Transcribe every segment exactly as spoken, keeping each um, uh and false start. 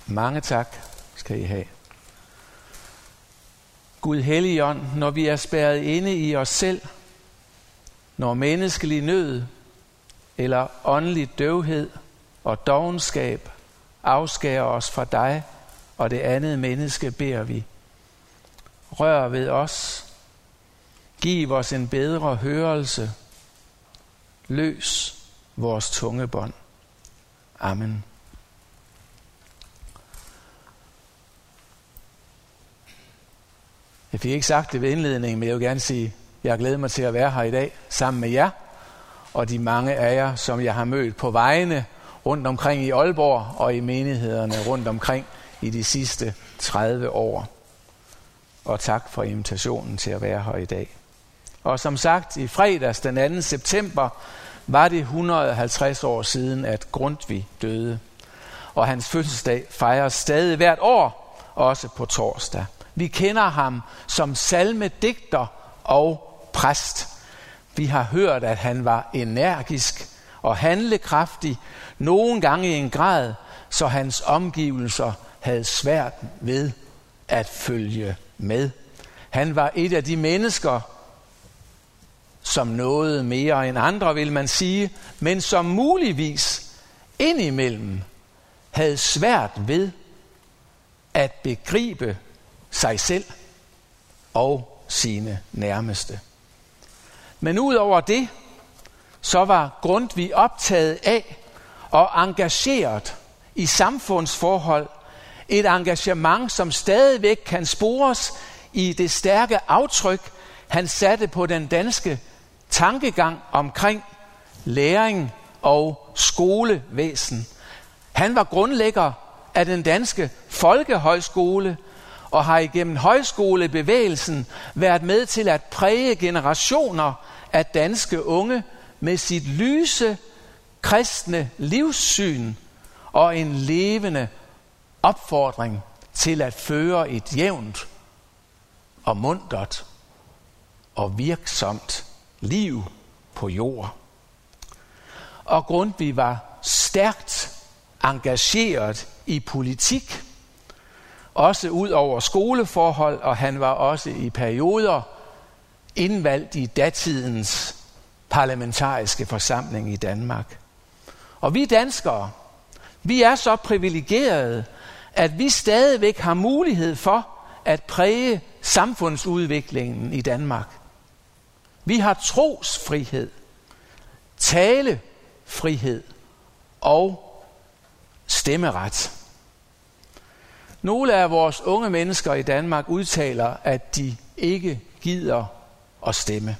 Mange tak skal I have. Gud Helligånd, når vi er spærret inde i os selv, når menneskelig nød eller åndelig døvhed og dovenskab afskærer os fra dig og det andet menneske, beder vi. Rør ved os. Giv os en bedre hørelse. Løs vores tungebånd. Amen. Jeg fik ikke sagt det ved indledningen, men jeg vil gerne sige, at jeg har glædet mig til at være her i dag sammen med jer og de mange af jer, som jeg har mødt på vejene rundt omkring i Aalborg og i menighederne rundt omkring i de sidste tredive år. Og tak for invitationen til at være her i dag. Og som sagt, i fredags den anden september var det et hundrede og halvtreds år siden, at Grundtvig døde. Og hans fødselsdag fejres stadig hvert år, også på torsdag. Vi kender ham som salmedigter og præst. Vi har hørt, at han var energisk og handlekraftig, nogle gange i en grad, så hans omgivelser havde svært ved at følge med. Han var et af de mennesker, som nåede mere end andre, vil man sige, men som muligvis indimellem havde svært ved at begribe sig selv og sine nærmeste. Men ud over det, så var Grundtvig optaget af og engageret i samfundsforhold. Et engagement, som stadigvæk kan spores i det stærke aftryk, han satte på den danske tankegang omkring læring og skolevæsen. Han var grundlægger af den danske folkehøjskole og har igennem højskolebevægelsen været med til at præge generationer af danske unge med sit lyse kristne livssyn og en levende opfordring til at føre et jævnt og muntert og virksomt liv på jord. Og Grundtvig var stærkt engageret i politik, også ud over skoleforhold, og han var også i perioder indvalgt i datidens parlamentariske forsamling i Danmark. Og vi danskere, vi er så privilegerede, at vi stadigvæk har mulighed for at præge samfundsudviklingen i Danmark. Vi har trosfrihed, talefrihed og stemmeret. Nogle af vores unge mennesker i Danmark udtaler, at de ikke gider at stemme.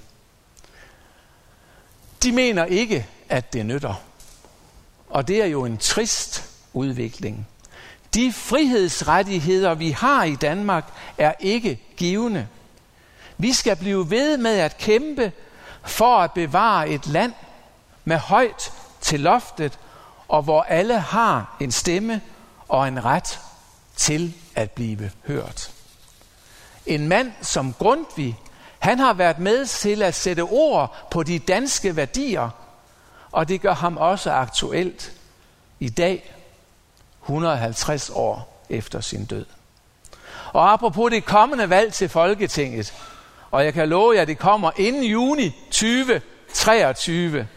De mener ikke, at det nytter. Og det er jo en trist udvikling. De frihedsrettigheder, vi har i Danmark, er ikke givne. Vi skal blive ved med at kæmpe for at bevare et land med højt til loftet, og hvor alle har en stemme og en ret til at blive hørt. En mand som Grundtvig, han har været med til at sætte ord på de danske værdier, og det gør ham også aktuelt i dag, et hundrede og halvtreds år efter sin død. Og apropos det kommende valg til Folketinget, og jeg kan love jer, at det kommer inden juni tyve treogtyve,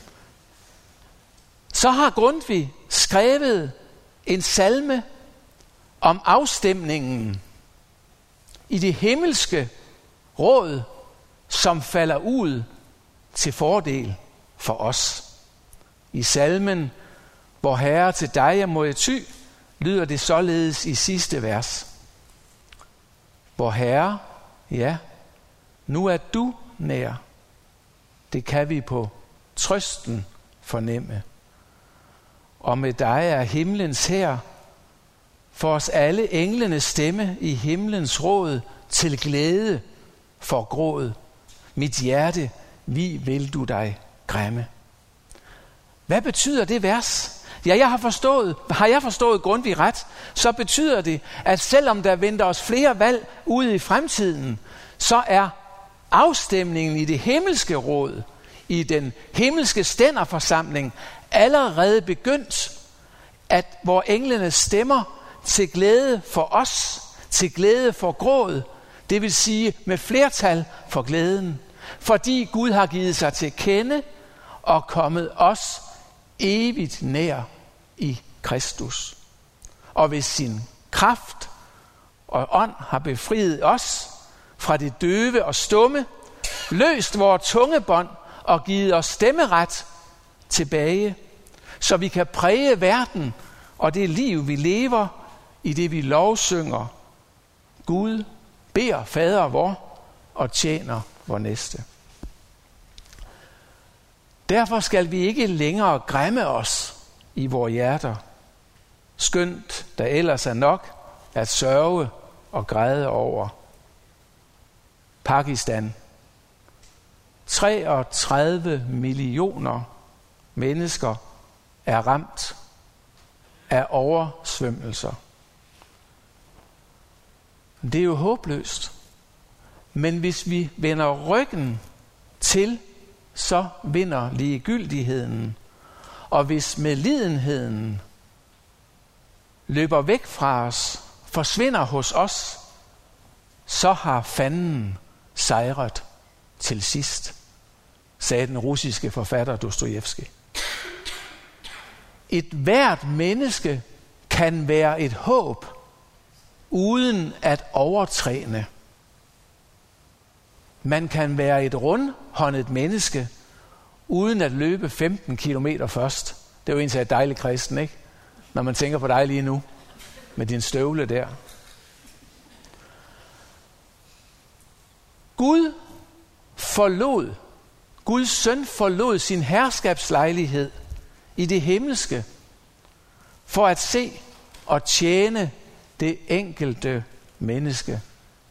så har Grundtvig skrevet en salme om afstemningen i det himmelske råd, som falder ud til fordel for os. I salmen, hvor Herre til dig jeg må jeg ty, lyder det således i sidste vers. Hvor Herre, ja, nu er du nær. Det kan vi på trøsten fornemme. Og med dig er himlens hær, for os alle englenes stemme i himlens råd, til glæde for gråd. Mit hjerte, vi vil du dig græmme. Hvad betyder det vers? Ja, jeg har forstået, har jeg forstået Grundtvig ret, så betyder det, at selvom der venter os flere valg ude i fremtiden, så er afstemningen i det himmelske råd, i den himmelske stænderforsamling, allerede begyndt, at hvor englenes stemmer til glæde for os, til glæde for gråd, det vil sige med flertal for glæden, fordi Gud har givet sig til kende og kommet os evigt nær i Kristus. Og ved sin kraft og ånd har befriet os fra det døve og stumme, løst vores tungebånd og givet os stemmeret tilbage, så vi kan præge verden og det liv, vi lever, i det vi lovsynger Gud, beder fader vor og tjener vor næste. Derfor skal vi ikke længere græmme os i vores hjerter, skønt der ellers er nok at sørge og græde over. Pakistan. treogtredive millioner mennesker er ramt af oversvømmelser. Det er jo håbløst. Men hvis vi vender ryggen til, så vinder ligegyldigheden. Og hvis medlidenheden løber væk fra os, forsvinder hos os, så har fanden sejret til sidst, sagde den russiske forfatter Dostojevskij. Et hvert menneske kan være et håb, uden at overtræne. Man kan være et rundhåndet menneske, uden at løbe femten kilometer først. Det er jo egentlig et dejligt kristen, ikke? Når man tænker på dig lige nu, med din støvle der. Gud forlod, Guds søn forlod sin herskabslejlighed i det himmelske, for at se og tjene det enkelte menneske.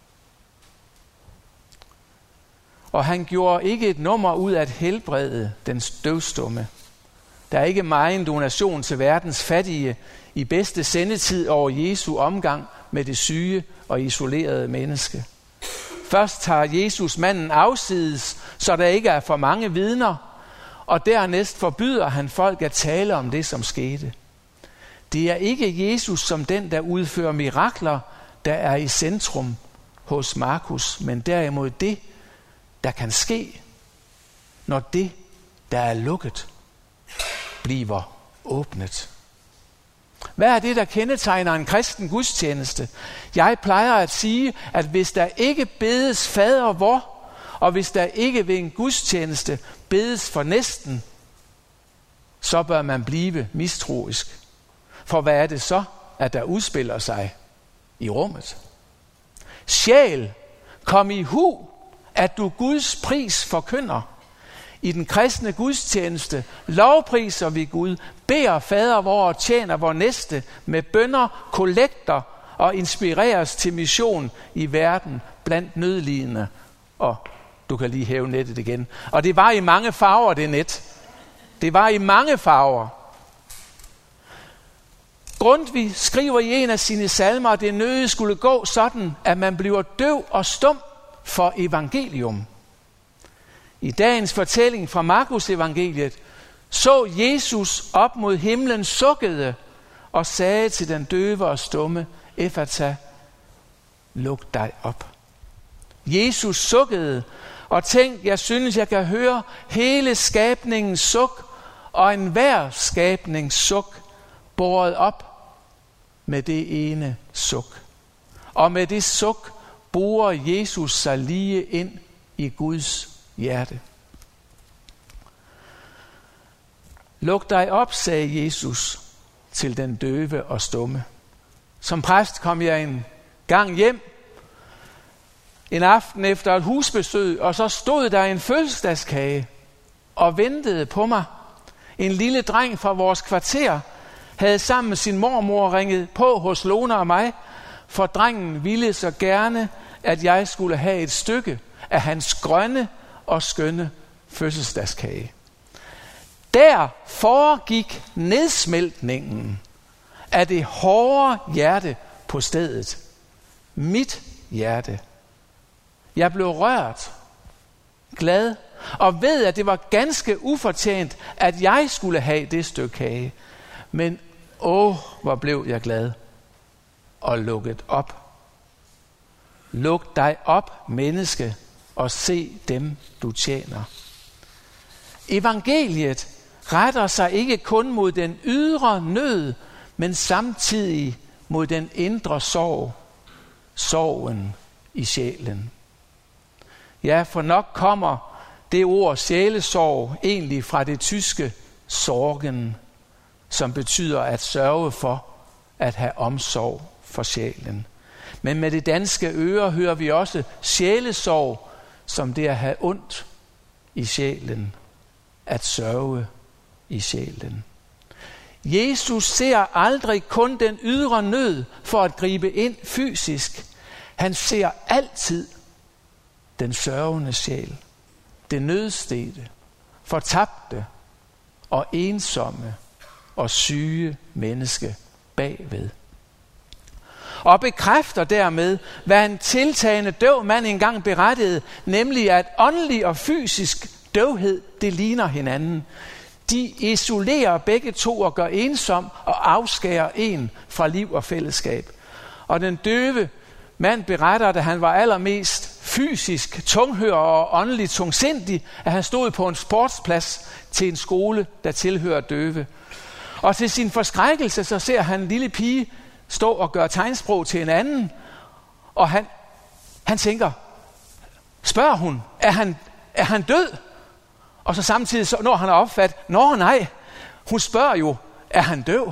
Og han gjorde ikke et nummer ud af at helbrede den døvstumme. Der er ikke megen donation til verdens fattige i bedste sendetid over Jesu omgang med det syge og isolerede menneske. Først tager Jesus manden afsides, så der ikke er for mange vidner, og dernæst forbyder han folk at tale om det, som skete. Det er ikke Jesus som den, der udfører mirakler, der er i centrum hos Markus, men derimod det, der kan ske, når det, der er lukket, bliver åbnet. Hvad er det, der kendetegner en kristen gudstjeneste? Jeg plejer at sige, at hvis der ikke bedes fader vor, og hvis der ikke ved en gudstjeneste bedes for næsten, så bør man blive mistroisk. For hvad er det så, at der udspiller sig i rummet? Sjæl, kom i hu, at du Guds pris forkynder. I den kristne gudstjeneste lovpriser vi Gud, beder fader vor og tjener vor næste med bønner, kollekter og inspireres til mission i verden blandt nødlidende. Og du kan lige hæve nettet igen. Og det var i mange farver, det net. Det var i mange farver. Grundtvig skriver i en af sine salmer, at det nødigt skulle gå sådan, at man bliver døv og stum for evangelium. I dagens fortælling fra Markus evangeliet så Jesus op mod himlen, sukkede og sagde til den døve og stumme, Efata, luk dig op. Jesus sukkede, og tænk, jeg synes, jeg kan høre hele skabningens suk, og enhver skabnings suk båret op med det ene suk. Og med det suk borer Jesus sig lige ind i Guds hjerte. Luk dig op, sagde Jesus til den døve og stumme. Som præst kom jeg en gang hjem, en aften efter et husbesøg, og så stod der en fødselsdagskage og ventede på mig. En lille dreng fra vores kvarter havde sammen med sin mormor ringet på hos Lone og mig, for drengen ville så gerne, at jeg skulle have et stykke af hans grønne og skønne fødselsdagskage. Der foregik nedsmeltningen af det hårde hjerte på stedet. Mit hjerte. Jeg blev rørt, glad, og ved, at det var ganske ufortjent, at jeg skulle have det stykke kage. Men åh, hvor blev jeg glad. og lukket op. Luk dig op, menneske, og se dem, du tjener. Evangeliet retter sig ikke kun mod den ydre nød, men samtidig mod den indre sorg, sorgen i sjælen. Ja, for nok kommer det ord sjælesorg egentlig fra det tyske sorgen, som betyder at sørge for, at have omsorg for sjælen. Men med det danske øre hører vi også sjælesorg, som det at have ondt i sjælen, at sørge i sjælen. Jesus ser aldrig kun den ydre nød for at gribe ind fysisk. Han ser altid den sørgende sjæl, det nødstedte, fortabte og ensomme og syge menneske bagved. Og bekræfter dermed, hvad en tiltagende døv mand engang berettede, nemlig at åndelig og fysisk døvhed, det ligner hinanden. De isolerer begge to og gør ensom og afskærer en fra liv og fællesskab. Og den døve mand beretter, da han var allermest fysisk tunghør og åndelig tungsindig, at han stod på en sportsplads til en skole, der tilhører døve. Og til sin forskrækkelse, så ser han en lille pige stå og gøre tegnsprog til en anden, og han, han tænker, spørger hun, er han, er han død? Og så samtidig, så når han har opfattet, nå nej, hun spørger jo, er han døv?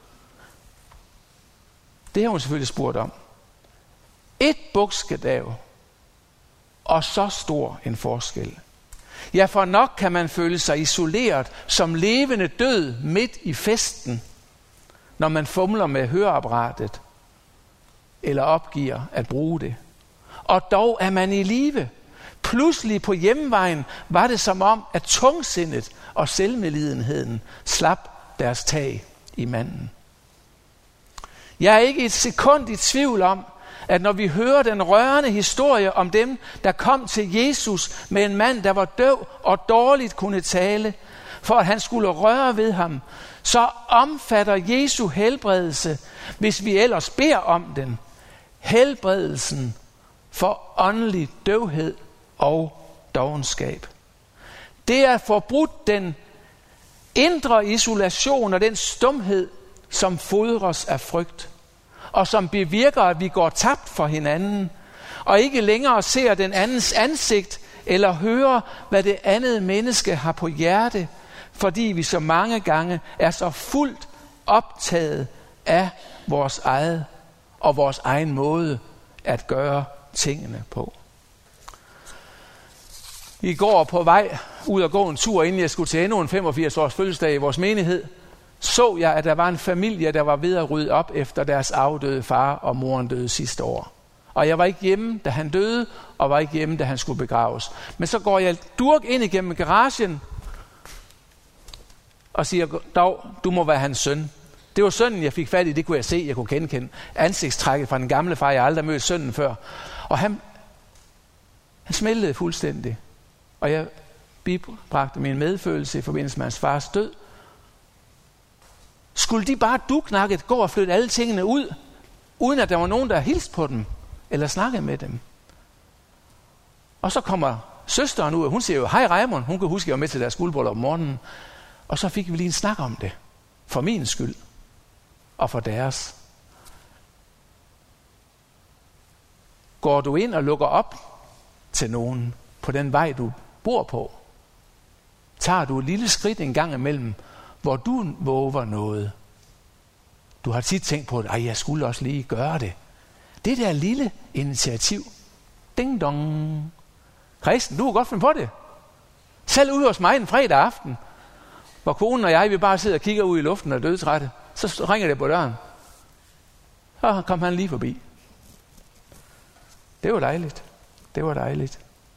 Det har hun selvfølgelig spurgt om. Et bogstav, og så stor en forskel. Ja, for nok kan man føle sig isoleret som levende død midt i festen, når man fumler med høreapparatet, eller opgiver at bruge det. Og dog er man i live. Pludselig på hjemvejen var det som om, at tungsindet og selvmedlidenheden slap deres tag i manden. Jeg er ikke et sekund i tvivl om, at når vi hører den rørende historie om dem, der kom til Jesus med en mand, der var døv og dårligt kunne tale, for at han skulle røre ved ham, så omfatter Jesu helbredelse, hvis vi ellers beder om den, helbredelsen for åndelig døvhed og dovenskab. Det er forbrudt den indre isolation og den stumhed, som fodres af frygt, og som bevirker, at vi går tabt for hinanden, og ikke længere ser den andens ansigt, eller hører, hvad det andet menneske har på hjerte, fordi vi så mange gange er så fuldt optaget af vores eget og vores egen måde at gøre tingene på. I går på vej ud og gå en tur, inden jeg skulle til endnu en femogfirs års fødselsdag i vores menighed, så jeg, at der var en familie, der var ved at rydde op efter deres afdøde far, og moren døde sidste år. Og jeg var ikke hjemme, da han døde, og var ikke hjemme, da han skulle begraves. Men så går jeg durk ind igennem garagen, og siger, dog, du må være hans søn. Det var sønnen, jeg fik fat i, det kunne jeg se, jeg kunne genkende ansigtstrækket fra den gamle far, jeg aldrig mødt sønnen før. Og han, han smeltede fuldstændig. Og jeg bibragte min medfølelse i forbindelse med hans fars død. Skulle de bare duknakket gå og flytte alle tingene ud, uden at der var nogen, der hilste på dem, eller snakkede med dem? Og så kommer søsteren ud, og hun siger jo, hej Raimund, hun kan huske, at jeg var med til deres guldbryllup om morgenen. Og så fik vi lige en snak om det, for min skyld, og for deres. Går du ind og lukker op til nogen på den vej, du bor på? Tager du et lille skridt en gang imellem, hvor du våger noget? Du har tit tænkt på, at Ej, jeg skulle også lige gøre det. Det der lille initiativ. Ding dong. Kristen, du kan godt finde på det. Selv ude hos mig en fredag aften, hvor konen og jeg, vi bare sidder og kigger ud i luften og er dødtrætte, så ringer det på døren. Så kom han lige forbi. Det var dejligt. Det var dejligt.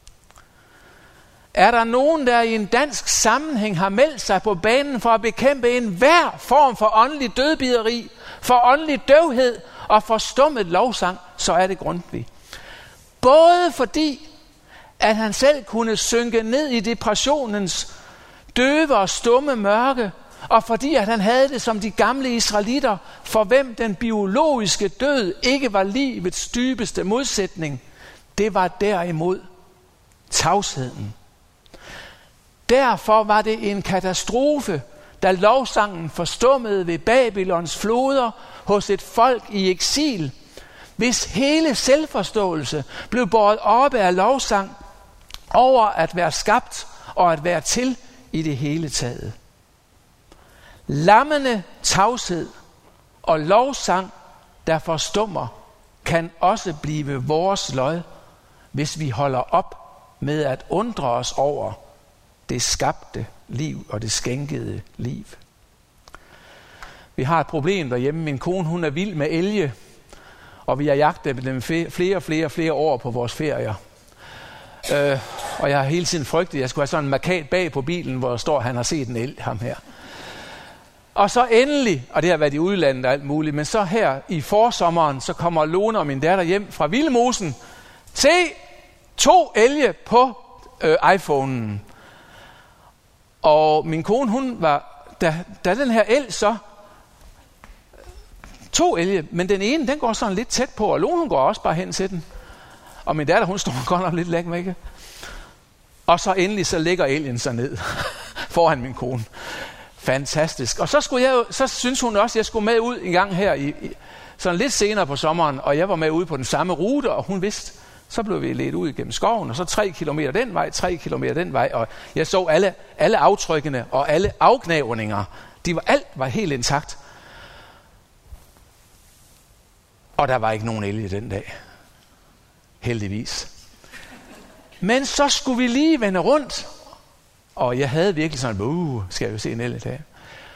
Er der nogen, der i en dansk sammenhæng har meldt sig på banen for at bekæmpe enhver form for åndelig dødbideri, for åndelig døvhed og for stummet lovsang, så er det Grundtvig. Både fordi, at han selv kunne synke ned i depressionens døve og stumme mørke, og fordi at han havde det som de gamle israelitter, for hvem den biologiske død ikke var livets dybeste modsætning, det var derimod tavsheden. Derfor var det en katastrofe, da lovsangen forstummede ved Babylons floder hos et folk i eksil, hvis hele selvforståelse blev båret oppe af lovsang over at være skabt og at være til i det hele taget. Lammende tavshed og lovsang, der forstummer, kan også blive vores lod, hvis vi holder op med at undre os over det skabte liv og det skænkede liv. Vi har et problem derhjemme. Min kone, hun er vild med elge, og vi har jagtet dem flere og flere flere år på vores ferier. Øh, og jeg har hele tiden frygtet, at jeg skulle have sådan en markat bag på bilen, hvor der står, at han har set en elg, ham her. Og så endelig, og det har været i udlandet og alt muligt, men så her i forsommeren, så kommer Lone og min datter hjem fra Vildmosen. Se, to elge på øh, iPhone'en. Og min kone, hun var, da, da den her elg så, to elge, men den ene, den går sådan lidt tæt på, og Lone, hun går også bare hen til den. Og min datter, hun står godt nok lidt læk væk. Og så endelig, så ligger elgen så ned foran min kone. Fantastisk. Og så, skulle jeg, så synes hun også, at jeg skulle med ud en gang her, i, i, sådan lidt senere på sommeren, og jeg var med ude på den samme rute, og hun vidste, så blev vi ledt ud gennem skoven, og så tre kilometer den vej, tre kilometer den vej, og jeg så alle, alle aftrykkene og alle afgnavninger. De var, alt var helt intakt. Og der var ikke nogen elge den dag. Heldigvis. Men så skulle vi lige vende rundt, og jeg havde virkelig sådan, uh, skal jeg jo se en elg i dag.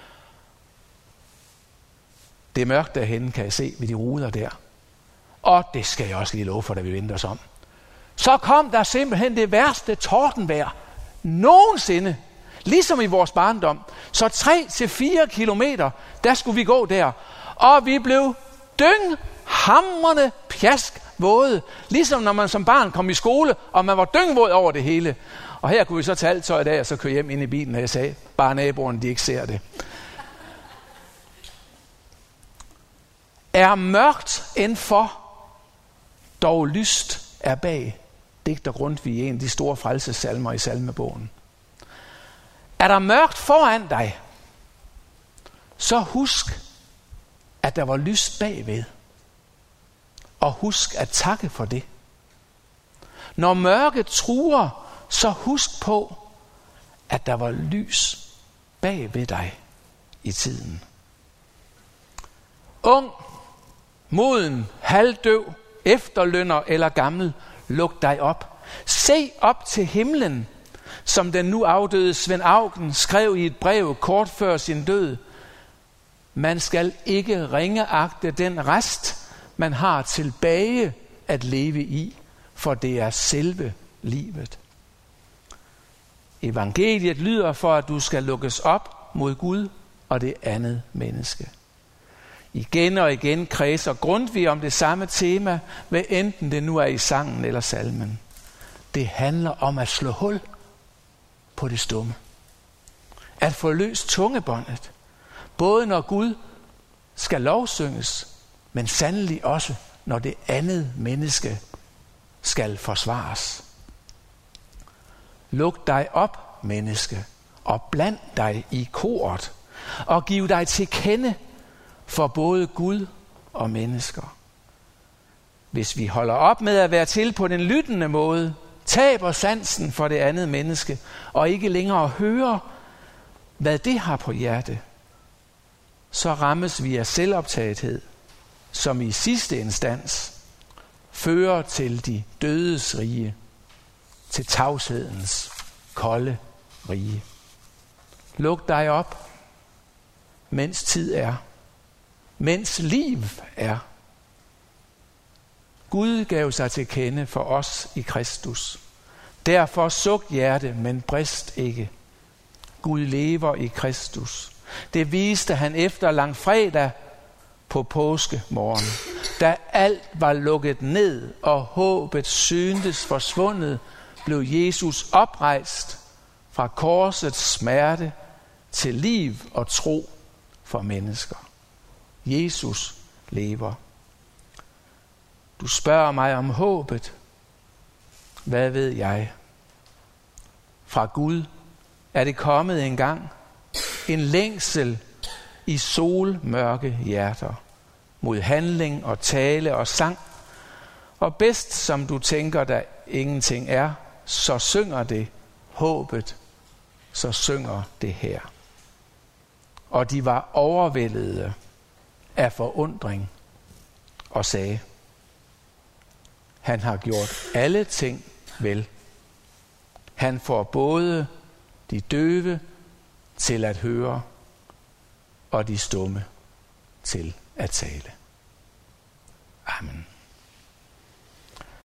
Det er mørkt derhenne, kan jeg se, ved de ruder der. Og det skal jeg også lige love for, da vi vendte os om. Så kom der simpelthen det værste tordenvejr nogensinde, ligesom i vores barndom. Så tre til fire kilometer, der skulle vi gå der. Og vi blev dynghamrende pjask våde. Ligesom når man som barn kom i skole, og man var dyngvåd over det hele. Og her kunne vi så tage alt tøjet af, og så køre hjem ind i bilen, og jeg sagde, bare naboerne, de ikke ser det. Er mørkt end for, dog lyst er bag, digter Grundtvig en af de store frelsessalmer i salmebogen. Er der mørkt foran dig, så husk, at der var lyst bagved. Og husk at takke for det. Når mørket truer, så husk på, at der var lys bagved dig i tiden. Ung, moden, halvdøv, efterlønner eller gammel, luk dig op. Se op til himlen, som den nu afdøde Svend Auken skrev i et brev kort før sin død. Man skal ikke ringeagte den rest, man har tilbage at leve i, for det er selve livet. Evangeliet lyder for, at du skal lukkes op mod Gud og det andet menneske. Igen og igen kredser Grundtvig om det samme tema, hvad enten det nu er i sangen eller salmen. Det handler om at slå hul på det stumme. At få løst tungebåndet, både når Gud skal lovsynges, men sandelig også, når det andet menneske skal forsvares. Luk dig op, menneske, og bland dig i koret, og giv dig til kende for både Gud og mennesker. Hvis vi holder op med at være til på den lyttende måde, taber sansen for det andet menneske, og ikke længere hører, hvad det har på hjerte, så rammes vi af selvoptagethed, som i sidste instans fører til de dødes rige, til tavshedens kolde rige. Luk dig op, mens tid er, mens liv er. Gud gav sig til kende for os i Kristus. Derfor suk hjerte, men brist ikke. Gud lever i Kristus. Det viste han efter langfredag på påskemorgen, da alt var lukket ned og håbet syntes forsvundet, blev Jesus oprejst fra korsets smerte til liv og tro for mennesker. Jesus lever. Du spørger mig om håbet. Hvad ved jeg? Fra Gud er det kommet en gang. En længsel i solmørke hjerter. Mod handling og tale og sang. Og bedst som du tænker, der ingenting er, så synger det håbet. Så synger det her. Og de var overvældede af forundring og sagde, han har gjort alle ting vel. Han får både de døve til at høre, og de stumme til at tale. Amen.